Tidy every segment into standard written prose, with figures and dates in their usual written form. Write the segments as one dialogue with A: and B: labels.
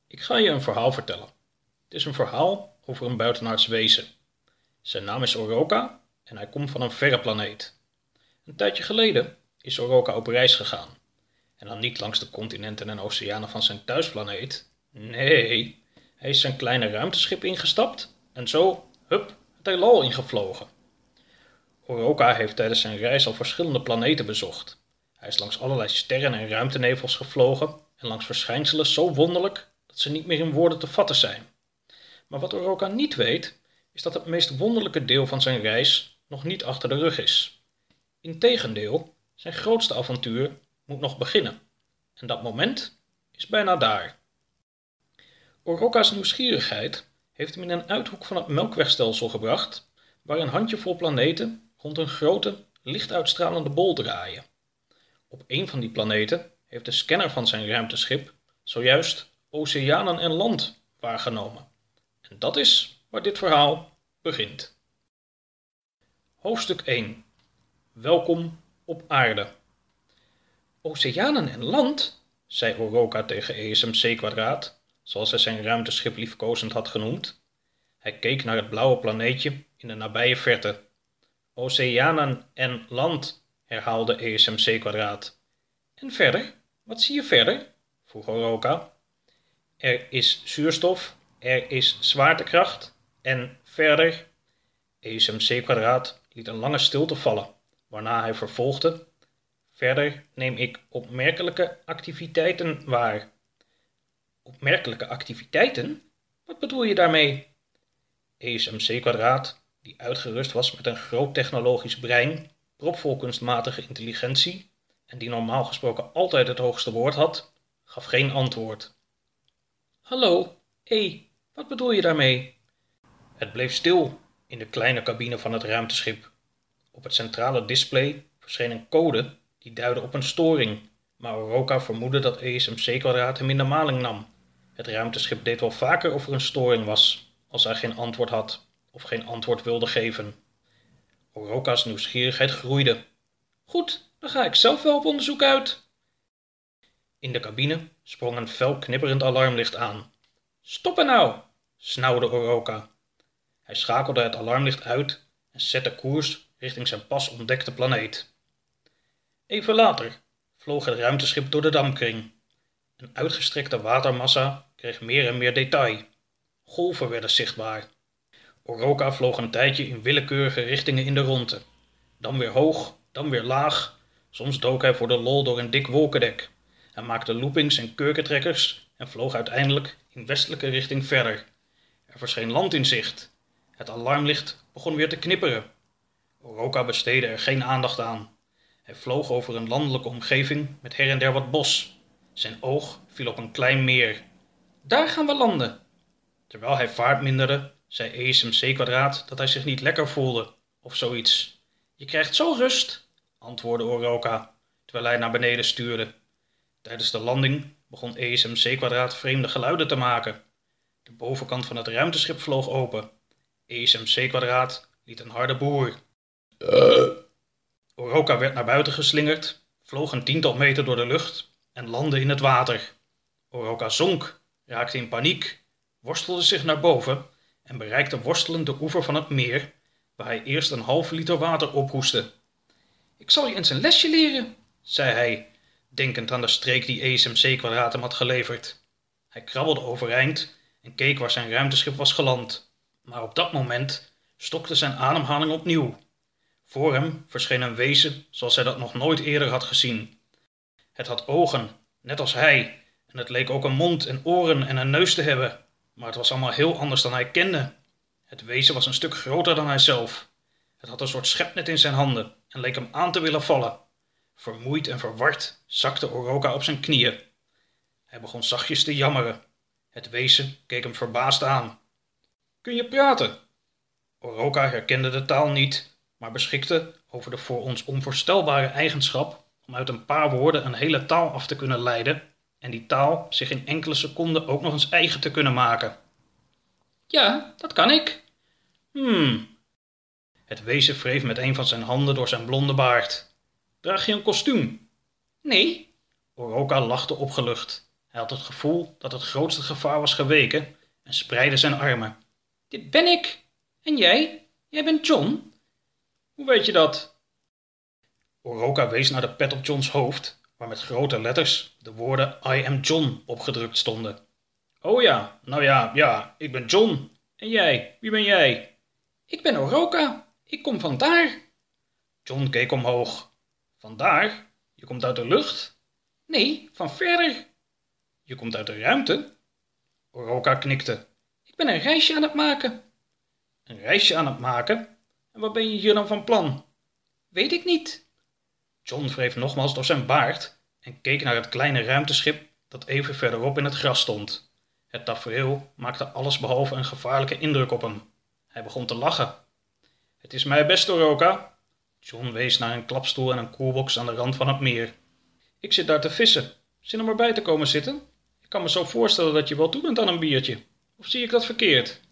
A: Ik ga je een verhaal vertellen. Het is een verhaal over een buitenaards wezen. Zijn naam is Oroka en hij komt van een verre planeet. Een tijdje geleden is Oroka op reis gegaan. En dan niet langs de continenten en oceanen van zijn thuisplaneet. Nee, hij is zijn kleine ruimteschip ingestapt en zo, hup, het heelal ingevlogen. Oroka heeft tijdens zijn reis al verschillende planeten bezocht. Hij is langs allerlei sterren en ruimtenevels gevlogen en langs verschijnselen zo wonderlijk dat ze niet meer in woorden te vatten zijn. Maar wat Oroka niet weet, is dat het meest wonderlijke deel van zijn reis nog niet achter de rug is. Integendeel, zijn grootste avontuur moet nog beginnen. En dat moment is bijna daar. Oroka's nieuwsgierigheid heeft hem in een uithoek van het Melkwegstelsel gebracht, waar een handjevol planeten rond een grote, lichtuitstralende bol draaien. Op een van die planeten heeft de scanner van zijn ruimteschip zojuist oceanen en land waargenomen. En dat is waar dit verhaal begint. Hoofdstuk 1. Welkom op aarde. Oceanen en land, zei Oroka tegen ESMC², zoals hij zijn ruimteschip liefkozend had genoemd. Hij keek naar het blauwe planeetje in de nabije verte. Oceanen en land, herhaalde ESMC². En verder? Wat zie je verder? Vroeg Oroka. Er is zuurstof, er is zwaartekracht en verder. ESMC² liet een lange stilte vallen, waarna hij vervolgde. Verder neem ik opmerkelijke activiteiten waar. Opmerkelijke activiteiten? Wat bedoel je daarmee? ESMC², die uitgerust was met een groot technologisch brein, propvol kunstmatige intelligentie en die normaal gesproken altijd het hoogste woord had, gaf geen antwoord. Hallo, wat bedoel je daarmee? Het bleef stil in de kleine cabine van het ruimteschip. Op het centrale display verscheen een code die duidde op een storing, maar Oroka vermoedde dat ESMC² hem in de maling nam. Het ruimteschip deed wel vaker of er een storing was, als hij geen antwoord had of geen antwoord wilde geven. Oroka's nieuwsgierigheid groeide. Goed, dan ga ik zelf wel op onderzoek uit. In de cabine sprong een fel knipperend alarmlicht aan. Stoppen nou, snauwde Oroka. Hij schakelde het alarmlicht uit en zette koers richting zijn pas ontdekte planeet. Even later vloog het ruimteschip door de dampkring. Een uitgestrekte watermassa kreeg meer en meer detail. Golven werden zichtbaar. Oroka vloog een tijdje in willekeurige richtingen in de rondte. Dan weer hoog, dan weer laag. Soms dook hij voor de lol door een dik wolkendek. Hij maakte loopings en kurkentrekkers en vloog uiteindelijk in westelijke richting verder. Er verscheen land in zicht. Het alarmlicht begon weer te knipperen. Oroka besteedde er geen aandacht aan. Hij vloog over een landelijke omgeving met her en der wat bos. Zijn oog viel op een klein meer. Daar gaan we landen. Terwijl hij vaart minderde, zei ESMC² dat hij zich niet lekker voelde, of zoiets. Je krijgt zo rust, antwoordde Oroka, terwijl hij naar beneden stuurde. Tijdens de landing begon ESMC² vreemde geluiden te maken. De bovenkant van het ruimteschip vloog open. ESMC² liet een harde boer. Oroka werd naar buiten geslingerd, vloog een tiental meter door de lucht en landde in het water. Oroka zonk, raakte in paniek, worstelde zich naar boven en bereikte worstelend de oever van het meer, waar hij eerst een halve liter water ophoestte. Ik zal je eens een lesje leren, zei hij, denkend aan de streek die ESMC² hem had geleverd. Hij krabbelde overeind en keek waar zijn ruimteschip was geland. Maar op dat moment stokte zijn ademhaling opnieuw. Voor hem verscheen een wezen zoals hij dat nog nooit eerder had gezien. Het had ogen, net als hij, en het leek ook een mond en oren en een neus te hebben. Maar het was allemaal heel anders dan hij kende. Het wezen was een stuk groter dan hijzelf. Het had een soort schepnet in zijn handen en leek hem aan te willen vallen. Vermoeid en verward zakte Oroka op zijn knieën. Hij begon zachtjes te jammeren. Het wezen keek hem verbaasd aan. Kun je praten? Oroka herkende de taal niet, maar beschikte over de voor ons onvoorstelbare eigenschap om uit een paar woorden een hele taal af te kunnen leiden en die taal zich in enkele seconden ook nog eens eigen te kunnen maken. Ja, dat kan ik. Het wezen wreef met een van zijn handen door zijn blonde baard. Draag je een kostuum? Nee. Oroka lachte opgelucht. Hij had het gevoel dat het grootste gevaar was geweken en spreidde zijn armen. Dit ben ik. En jij? Jij bent John? Hoe weet je dat? Oroka wees naar de pet op Johns hoofd, waar met grote letters de woorden I am John opgedrukt stonden. Oh ja, nou ja, ik ben John. En jij, wie ben jij? Ik ben Oroka. Ik kom van daar. John keek omhoog. Vandaar? Je komt uit de lucht? Nee, van verder. Je komt uit de ruimte? Oroka knikte. Ik ben een reisje aan het maken. Een reisje aan het maken? En wat ben je hier dan van plan? Weet ik niet. John wreef nogmaals door zijn baard en keek naar het kleine ruimteschip dat even verderop in het gras stond. Het tafereel maakte allesbehalve een gevaarlijke indruk op hem. Hij begon te lachen. Het is mij best, Oroka. John wees naar een klapstoel en een koelbox aan de rand van het meer. Ik zit daar te vissen. Zin om erbij te komen zitten? Ik kan me zo voorstellen dat je wel toe bent aan een biertje. Of zie ik dat verkeerd?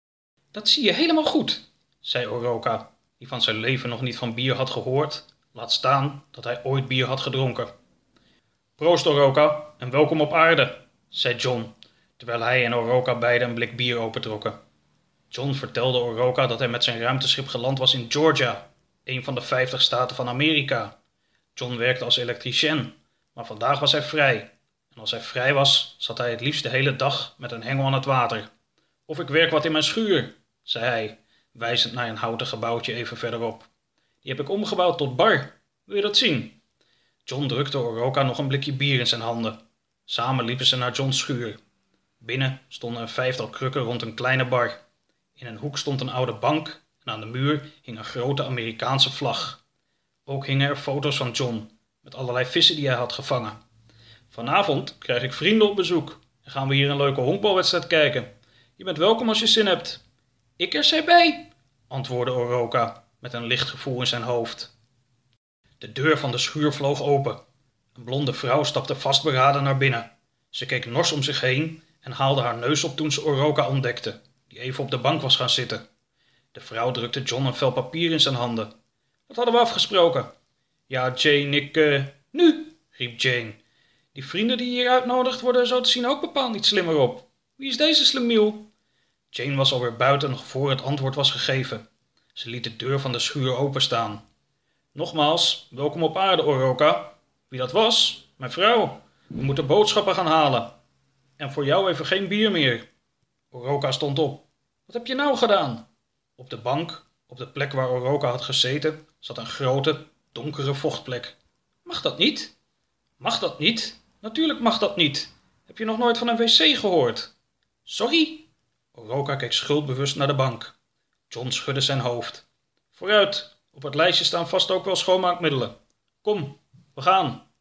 A: Dat zie je helemaal goed, zei Oroka, die van zijn leven nog niet van bier had gehoord, laat staan dat hij ooit bier had gedronken. Proost, Oroka, en welkom op aarde, zei John, terwijl hij en Oroka beiden een blik bier opentrokken. John vertelde Oroka dat hij met zijn ruimteschip geland was in Georgia, een van de 50 staten van Amerika. John werkte als elektricien, maar vandaag was hij vrij. En als hij vrij was, zat hij het liefst de hele dag met een hengel aan het water. Of ik werk wat in mijn schuur, zei hij, wijzend naar een houten gebouwtje even verderop. Die heb ik omgebouwd tot bar. Wil je dat zien? John drukte Oroka nog een blikje bier in zijn handen. Samen liepen ze naar Johns schuur. Binnen stonden een 5-tal krukken rond een kleine bar. In een hoek stond een oude bank en aan de muur hing een grote Amerikaanse vlag. Ook hingen er foto's van John, met allerlei vissen die hij had gevangen. Vanavond krijg ik vrienden op bezoek en gaan we hier een leuke honkbalwedstrijd kijken. Je bent welkom als je zin hebt. Ik er zij bij, antwoordde Oroka met een licht gevoel in zijn hoofd. De deur van de schuur vloog open. Een blonde vrouw stapte vastberaden naar binnen. Ze keek nors om zich heen en haalde haar neus op toen ze Oroka ontdekte, die even op de bank was gaan zitten. De vrouw drukte John een vel papier in zijn handen. Wat hadden we afgesproken? Ja, Jane, Nu, riep Jane. Die vrienden die je hier uitnodigt worden er zo te zien ook bepaald niet slimmer op. Wie is deze slemiel? Jane was alweer buiten nog voor het antwoord was gegeven. Ze liet de deur van de schuur openstaan. Nogmaals, welkom op aarde, Oroka. Wie dat was? Mijn vrouw. We moeten boodschappen gaan halen. En voor jou even geen bier meer. Oroka stond op. Wat heb je nou gedaan? Op de bank, op de plek waar Oroka had gezeten, zat een grote, donkere vochtplek. Mag dat niet? Mag dat niet? Natuurlijk mag dat niet. Heb je nog nooit van een wc gehoord? Sorry? Oroka keek schuldbewust naar de bank. John schudde zijn hoofd. Vooruit, op het lijstje staan vast ook wel schoonmaakmiddelen. Kom, we gaan.